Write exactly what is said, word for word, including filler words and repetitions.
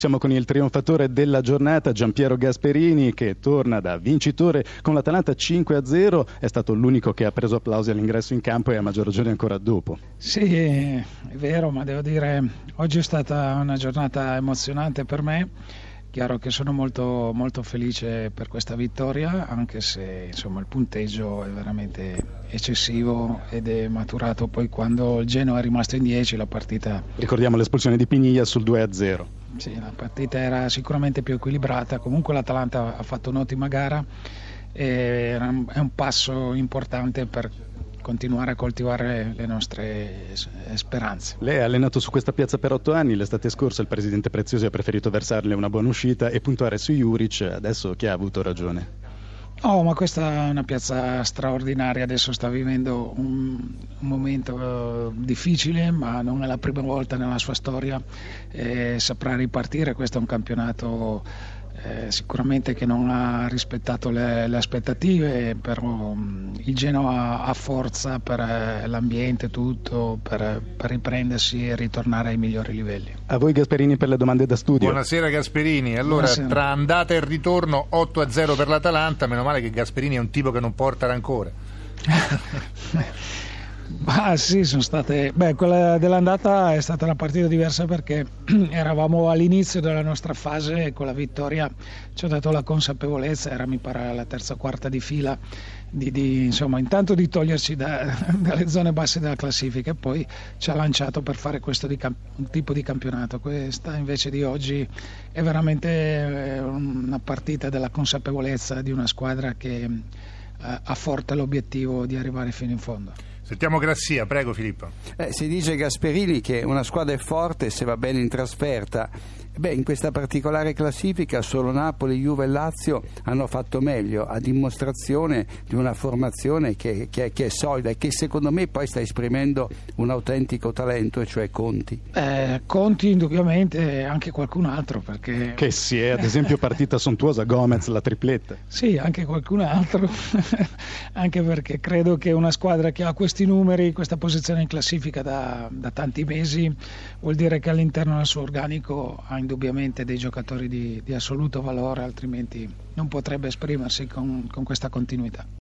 Siamo con il trionfatore della giornata, Giampiero Gasperini, che torna da vincitore con l'Atalanta cinque a zero. È stato l'unico che ha preso applausi all'ingresso in campo e a maggior ragione ancora dopo. Sì, è vero, ma devo dire oggi è stata una giornata emozionante per me. Chiaro che sono molto, molto felice per questa vittoria, anche se insomma, il punteggio è veramente eccessivo ed è maturato poi quando il Genoa è rimasto in dieci, la partita... Ricordiamo l'espulsione di Piniglia sul due a zero. Sì, la partita era sicuramente più equilibrata, comunque l'Atalanta ha fatto un'ottima gara e è un passo importante per continuare a coltivare le nostre speranze. Lei è allenato su questa piazza per otto anni, l'estate scorsa il presidente Preziosi ha preferito versarle una buona uscita e puntare su Juric, adesso chi ha avuto ragione? Oh, ma questa è una piazza straordinaria, adesso sta vivendo un, un momento uh, difficile, ma non è la prima volta nella sua storia, eh, saprà ripartire. Questo è un campionato eh, sicuramente che non ha rispettato le, le aspettative, però um, il Genoa ha forza per eh, l'ambiente, tutto, per, per riprendersi e ritornare ai migliori livelli. A voi Gasperini per le domande da studio. Buonasera Gasperini, allora Buonasera. Tra andata e ritorno otto a zero per l'Atalanta, meno male che Gasperini è un tipo che non porta rancore. Ah sì, sono state... Beh, quella dell'andata è stata una partita diversa perché eravamo all'inizio della nostra fase e con la vittoria ci ha dato la consapevolezza, era mi pare la terza o quarta di fila, di, di, insomma, intanto di toglierci da, dalle zone basse della classifica e poi ci ha lanciato per fare questo di camp- tipo di campionato. Questa invece di oggi è veramente una partita della consapevolezza di una squadra che eh, ha forte l'obiettivo di arrivare fino in fondo. Sentiamo Grassia, prego Filippo. Eh, si dice Gasperini che una squadra è forte se va bene in trasferta. Beh, in questa particolare classifica solo Napoli, Juve e Lazio hanno fatto meglio, a dimostrazione di una formazione che, che, che è solida e che secondo me poi sta esprimendo un autentico talento, e cioè Conti. Eh, Conti indubbiamente e anche qualcun altro, perché... Che si è, ad esempio, partita sontuosa, Gomez, la tripletta. Sì, anche qualcun altro, anche perché credo che una squadra che ha questi numeri, questa posizione in classifica da, da tanti mesi, vuol dire che all'interno del suo organico ha indubbiamente dei giocatori di, di assoluto valore, altrimenti non potrebbe esprimersi con, con questa continuità.